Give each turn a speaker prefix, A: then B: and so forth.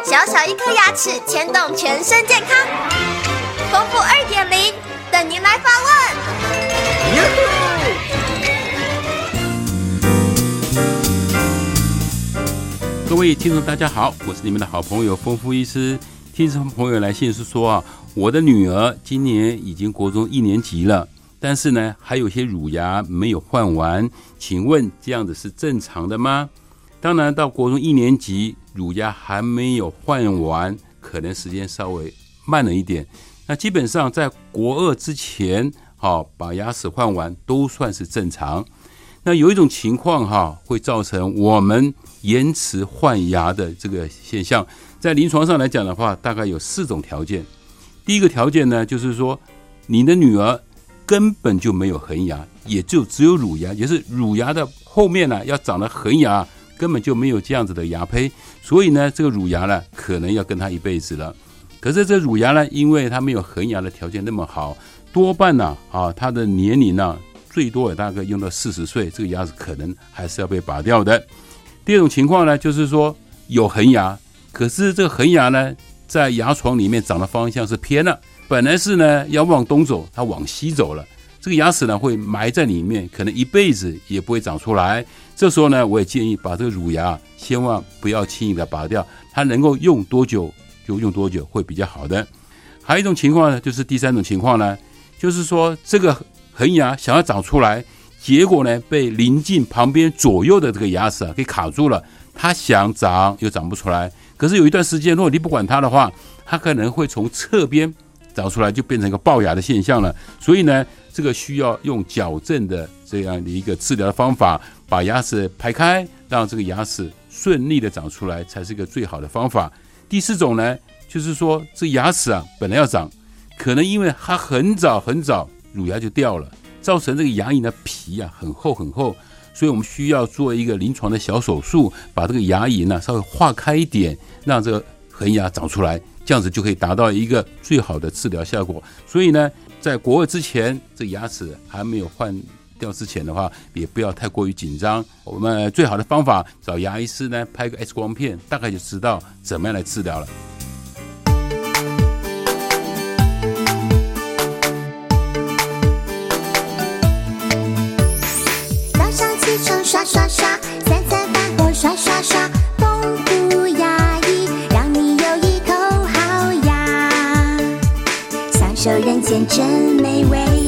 A: 小小一颗牙齿牵动全身健康，丰富2.0等您来发
B: 问。各位听众大家好，我是你们的好朋友丰富医师。听众朋友来信是说我的女儿今年已经国中1年级了，但是呢还有些乳牙没有换完，请问这样子是正常的吗？当然到国中1年级乳牙还没有换完，可能时间稍微慢了一点，那基本上在国2之前把牙齿换完都算是正常。那有一种情况会造成我们延迟换牙的这个现象，在临床上来讲的话，大概有4种条件。第一个条件呢，就是说你的女儿根本就没有恒牙，也就只有乳牙，也就是乳牙的后面呢要长了恒牙，根本就没有这样子的牙胚，所以呢这个乳牙呢可能要跟她一辈子了。可是这乳牙呢，因为它没有恒牙的条件那么好，多半呢它的年龄呢最多也大概用到40岁，这个牙齿可能还是要被拔掉的。第二种情况呢，就是说有恒牙，可是这个恒牙呢在牙床里面长的方向是偏了，本来是呢要往东走，它往西走了，这个牙齿呢会埋在里面，可能一辈子也不会长出来。这时候呢，我也建议把这个乳牙千万不要轻易的拔掉，它能够用多久就用多久会比较好的。还有一种情况呢，就是第3种情况呢，就是说这个恒牙想要长出来，结果呢被邻近旁边左右的这个牙齿给卡住了，它想长又长不出来。可是有一段时间如果你不管它的话，它可能会从侧边长出来，就变成一个龅牙的现象了。所以呢，这个需要用矫正的这样的一个治疗的方法，把牙齿排开，让这个牙齿顺利的长出来，才是一个最好的方法。第4种呢，就是说这牙齿本来要长，可能因为它很早乳牙就掉了，造成这个牙龈的皮很厚很厚，所以我们需要做一个临床的小手术，把这个牙龈稍微化开一点，让这个恒牙长出来，这样子就可以达到一个最好的治疗效果。所以呢，在国2之前，这个牙齿还没有换掉之前的话，也不要太过于紧张。我们最好的方法，找牙医师呢拍个 X 光片，大概就知道怎么样来治疗了。
C: 刷刷刷，三餐饭后刷刷刷，丰富牙医，让你有一口好牙，享受人间真美味。